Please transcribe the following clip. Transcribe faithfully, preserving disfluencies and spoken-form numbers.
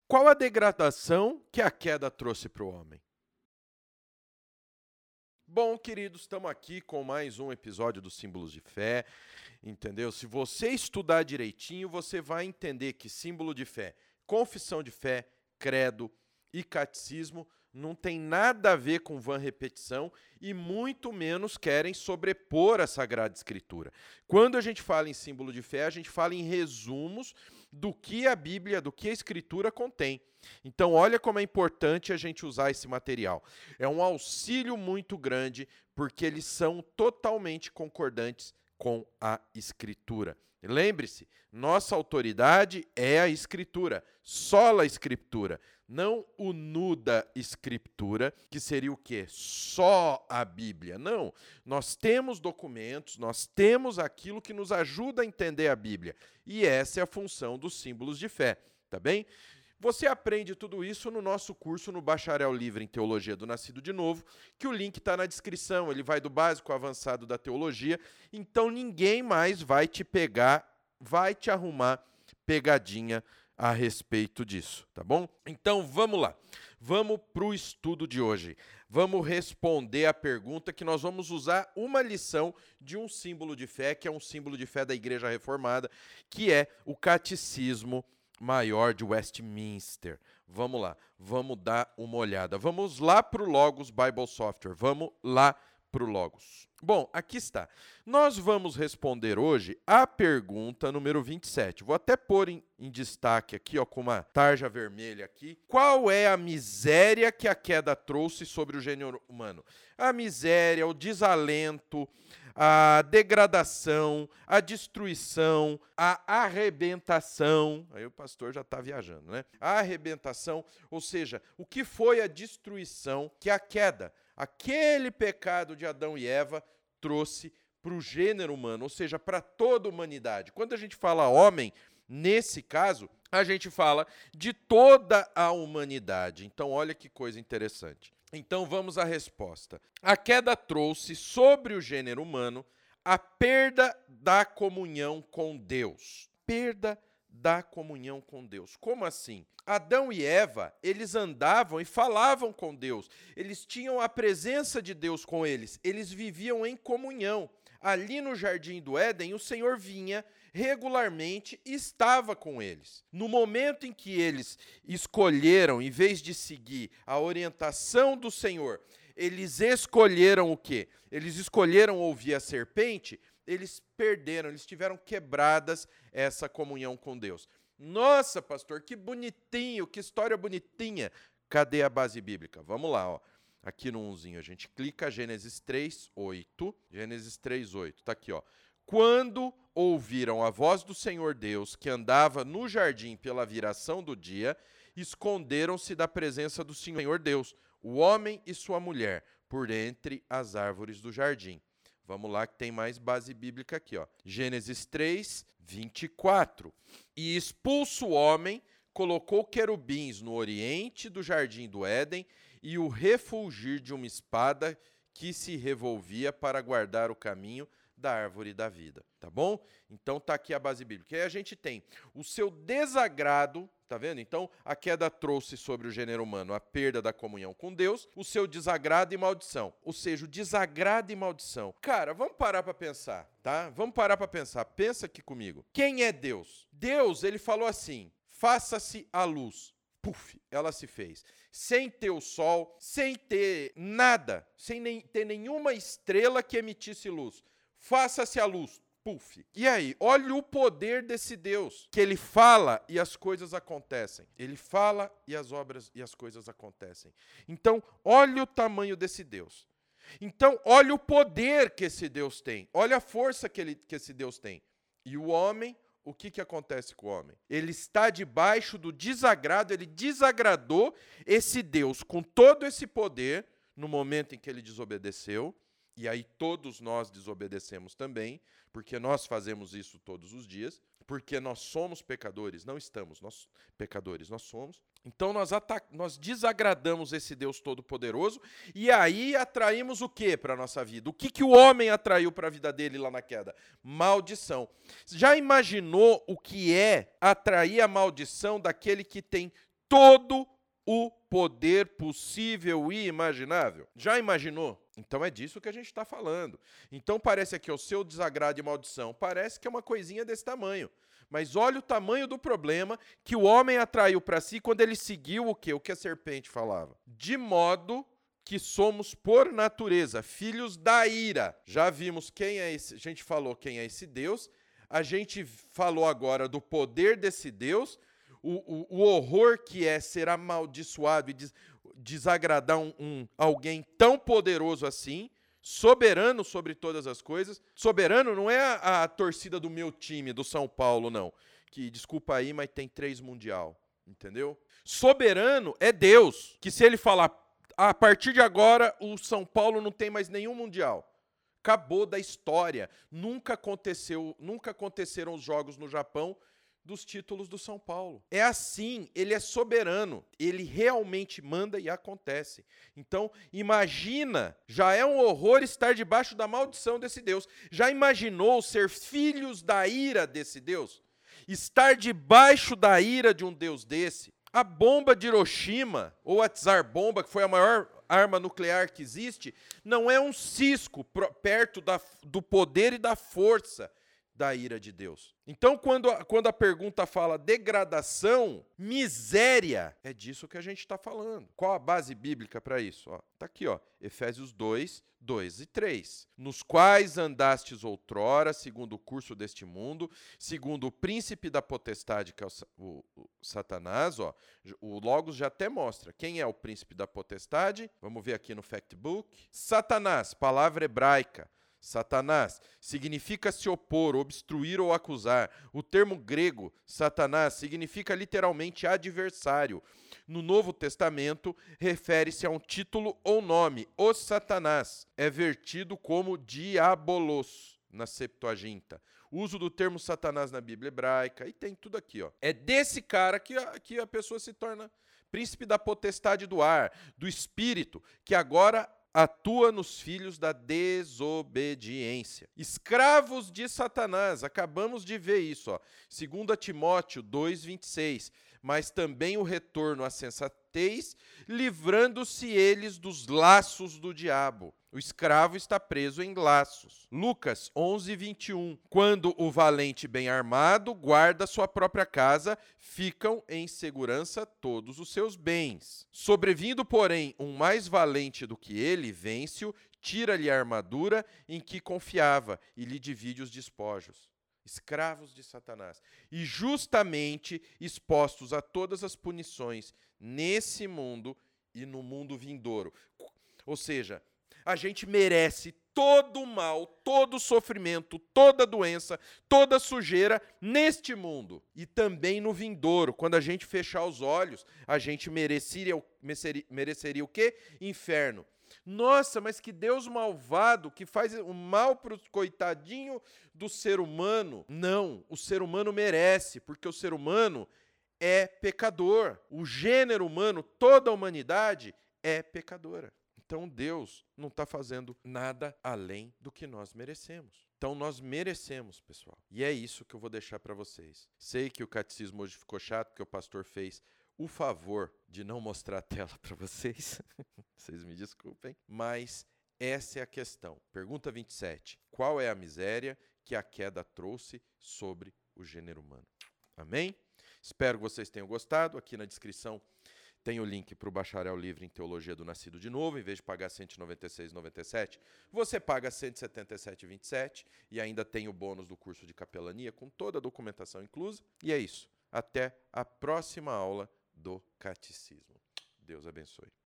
Qual a degradação que a queda trouxe para o homem? Bom, queridos, estamos aqui com mais um episódio dos Símbolos de Fé, entendeu? Se você estudar direitinho, você vai entender que símbolo de fé, confissão de fé, credo e catecismo não tem nada a ver com vã repetição e muito menos querem sobrepor a Sagrada Escritura. Quando a gente fala em símbolo de fé, a gente fala em resumos do que a Bíblia, do que a Escritura contém. Então, olha como é importante a gente usar esse material. É um auxílio muito grande, porque eles são totalmente concordantes com a Escritura. Lembre-se, nossa autoridade é a Escritura, sola Escritura, não o nuda Escritura, que seria o quê? Só a Bíblia. Não, nós temos documentos, nós temos aquilo que nos ajuda a entender a Bíblia, e essa é a função dos símbolos de fé, tá bem? Você aprende tudo isso no nosso curso no Bacharel Livre em Teologia do Nascido de Novo, que o link está na descrição, ele vai do básico ao avançado da teologia, então ninguém mais vai te pegar, vai te arrumar pegadinha a respeito disso, tá bom? Então vamos lá, vamos para o estudo de hoje. Vamos responder a pergunta que nós vamos usar uma lição de um símbolo de fé, que é um símbolo de fé da Igreja Reformada, que é o Catecismo Maior de Westminster. Vamos lá, vamos dar uma olhada. Vamos lá para o Logos Bible Software, vamos lá para o Logos. Bom, aqui está. Nós vamos responder hoje a pergunta número vinte e sete. Vou até pôr em, em destaque aqui, ó, com uma tarja vermelha aqui. Qual é a miséria que a queda trouxe sobre o gênero humano? A miséria, o desalento, a degradação, a destruição, a arrebentação. Aí o pastor já está viajando, né? A arrebentação, ou seja, o que foi a destruição que a queda, aquele pecado de Adão e Eva, trouxe para o gênero humano, ou seja, para toda a humanidade. Quando a gente fala homem, nesse caso, a gente fala de toda a humanidade. Então, olha que coisa interessante. Então, vamos à resposta. A queda trouxe sobre o gênero humano a perda da comunhão com Deus. Perda da comunhão com Deus. Como assim? Adão e Eva, eles andavam e falavam com Deus. Eles tinham a presença de Deus com eles. Eles viviam em comunhão. Ali no Jardim do Éden, o Senhor vinha regularmente e estava com eles. No momento em que eles escolheram, em vez de seguir a orientação do Senhor, eles escolheram o quê? Eles escolheram ouvir a serpente, eles perderam, eles tiveram quebradas essa comunhão com Deus. Nossa, pastor, que bonitinho, que história bonitinha. Cadê a base bíblica? Vamos lá, ó. Aqui no umzinho a gente clica, Gênesis três, oito. Gênesis três, oito, tá aqui, ó. Quando ouviram a voz do Senhor Deus, que andava no jardim pela viração do dia, esconderam-se da presença do Senhor Deus, o homem e sua mulher, por entre as árvores do jardim. Vamos lá que tem mais base bíblica aqui, ó. Gênesis três, vinte e quatro. E expulso o homem, colocou querubins no oriente do jardim do Éden e o refulgir de uma espada que se revolvia para guardar o caminho da árvore da vida, tá bom? Então tá aqui a base bíblica. E aí a gente tem o seu desagrado, tá vendo? Então a queda trouxe sobre o gênero humano a perda da comunhão com Deus, o seu desagrado e maldição. Ou seja, o desagrado e maldição. Cara, vamos parar para pensar, tá? Vamos parar para pensar. Pensa aqui comigo. Quem é Deus? Deus, ele falou assim: faça-se a luz. Puf, ela se fez. Sem ter o sol, sem ter nada, sem nem, ter nenhuma estrela que emitisse luz. Faça-se a luz. Puf. E aí, olha o poder desse Deus, que ele fala e as coisas acontecem. Ele fala e as obras e as coisas acontecem. Então, olha o tamanho desse Deus. Então, olha o poder que esse Deus tem. Olha a força que, ele, que esse Deus tem. E o homem, o que, que acontece com o homem? Ele está debaixo do desagrado, ele desagradou esse Deus com todo esse poder no momento em que ele desobedeceu. E aí todos nós desobedecemos também, porque nós fazemos isso todos os dias, porque nós somos pecadores, não estamos, nós pecadores, nós somos. Então nós, nós desagradamos esse Deus Todo-Poderoso e aí atraímos o que para a nossa vida? O que, que o homem atraiu para a vida dele lá na queda? Maldição. Já imaginou o que é atrair a maldição daquele que tem todo o poder possível e imaginável. Já imaginou? Então é disso que a gente está falando. Então parece aqui o seu desagrado e maldição, parece que é uma coisinha desse tamanho. Mas olha o tamanho do problema que o homem atraiu para si quando ele seguiu o quê? O que a serpente falava. De modo que somos, por natureza, filhos da ira. Já vimos quem é esse, a gente falou quem é esse Deus, a gente falou agora do poder desse Deus, o, o, o horror que é ser amaldiçoado e des, desagradar um, um, alguém tão poderoso assim, soberano sobre todas as coisas. Soberano não é a, a torcida do meu time, do São Paulo, não. Que, desculpa aí, mas tem três mundial, entendeu? Soberano é Deus, que se ele falar, a partir de agora, o São Paulo não tem mais nenhum mundial. Acabou da história. Nunca aconteceu, nunca aconteceram os jogos no Japão dos títulos do São Paulo. É assim, ele é soberano, ele realmente manda e acontece. Então, imagina, já é um horror estar debaixo da maldição desse Deus. Já imaginou ser filhos da ira desse Deus? Estar debaixo da ira de um Deus desse? A bomba de Hiroshima, ou a Tsar Bomba, que foi a maior arma nuclear que existe, não é um cisco perto da, do poder e da força da ira de Deus. Então, quando a, quando a pergunta fala degradação, miséria, é disso que a gente está falando. Qual a base bíblica para isso? Está aqui, ó, Efésios dois, dois e três. Nos quais andastes outrora, segundo o curso deste mundo, segundo o príncipe da potestade, que é o, o, o Satanás, ó, o Logos já até mostra quem é o príncipe da potestade. Vamos ver aqui no Factbook. Satanás, palavra hebraica. Satanás significa se opor, obstruir ou acusar. O termo grego, Satanás, significa literalmente adversário. No Novo Testamento, refere-se a um título ou nome. O Satanás é vertido como diabolos na Septuaginta. O uso do termo Satanás na Bíblia hebraica, e tem tudo aqui, ó. É desse cara que a, que a pessoa se torna príncipe da potestade do ar, do espírito, que agora atua nos filhos da desobediência. Escravos de Satanás, acabamos de ver isso, ó. Segundo Timóteo dois, vinte e seis. Mas também o retorno à sensatez, livrando-se eles dos laços do diabo. O escravo está preso em laços. Lucas onze, vinte e um. Quando o valente bem armado guarda sua própria casa, ficam em segurança todos os seus bens. Sobrevindo, porém, um mais valente do que ele, vence-o, tira-lhe a armadura em que confiava e lhe divide os despojos. Escravos de Satanás. E justamente expostos a todas as punições nesse mundo e no mundo vindouro. Ou seja, a gente merece todo o mal, todo o sofrimento, toda a doença, toda a sujeira neste mundo. E também no vindouro. Quando a gente fechar os olhos, a gente mereceria, mereceria, mereceria o quê? Inferno. Nossa, mas que Deus malvado, que faz o mal para o coitadinho do ser humano. Não, o ser humano merece, porque o ser humano é pecador. O gênero humano, toda a humanidade é pecadora. Então Deus não está fazendo nada além do que nós merecemos. Então nós merecemos, pessoal. E é isso que eu vou deixar para vocês. Sei que o catecismo hoje ficou chato, porque o pastor fez o favor de não mostrar a tela para vocês. Vocês me desculpem. Mas essa é a questão. Pergunta vinte e sete. Qual é a miséria que a queda trouxe sobre o gênero humano? Amém? Espero que vocês tenham gostado. Aqui na descrição tem o link para o bacharel livre em Teologia do Nascido de Novo. Em vez de pagar cento e noventa e seis reais e noventa e sete centavos, você paga cento e setenta e sete reais e vinte e sete centavos e ainda tem o bônus do curso de capelania com toda a documentação inclusa. E é isso. Até a próxima aula do Catecismo. Deus abençoe.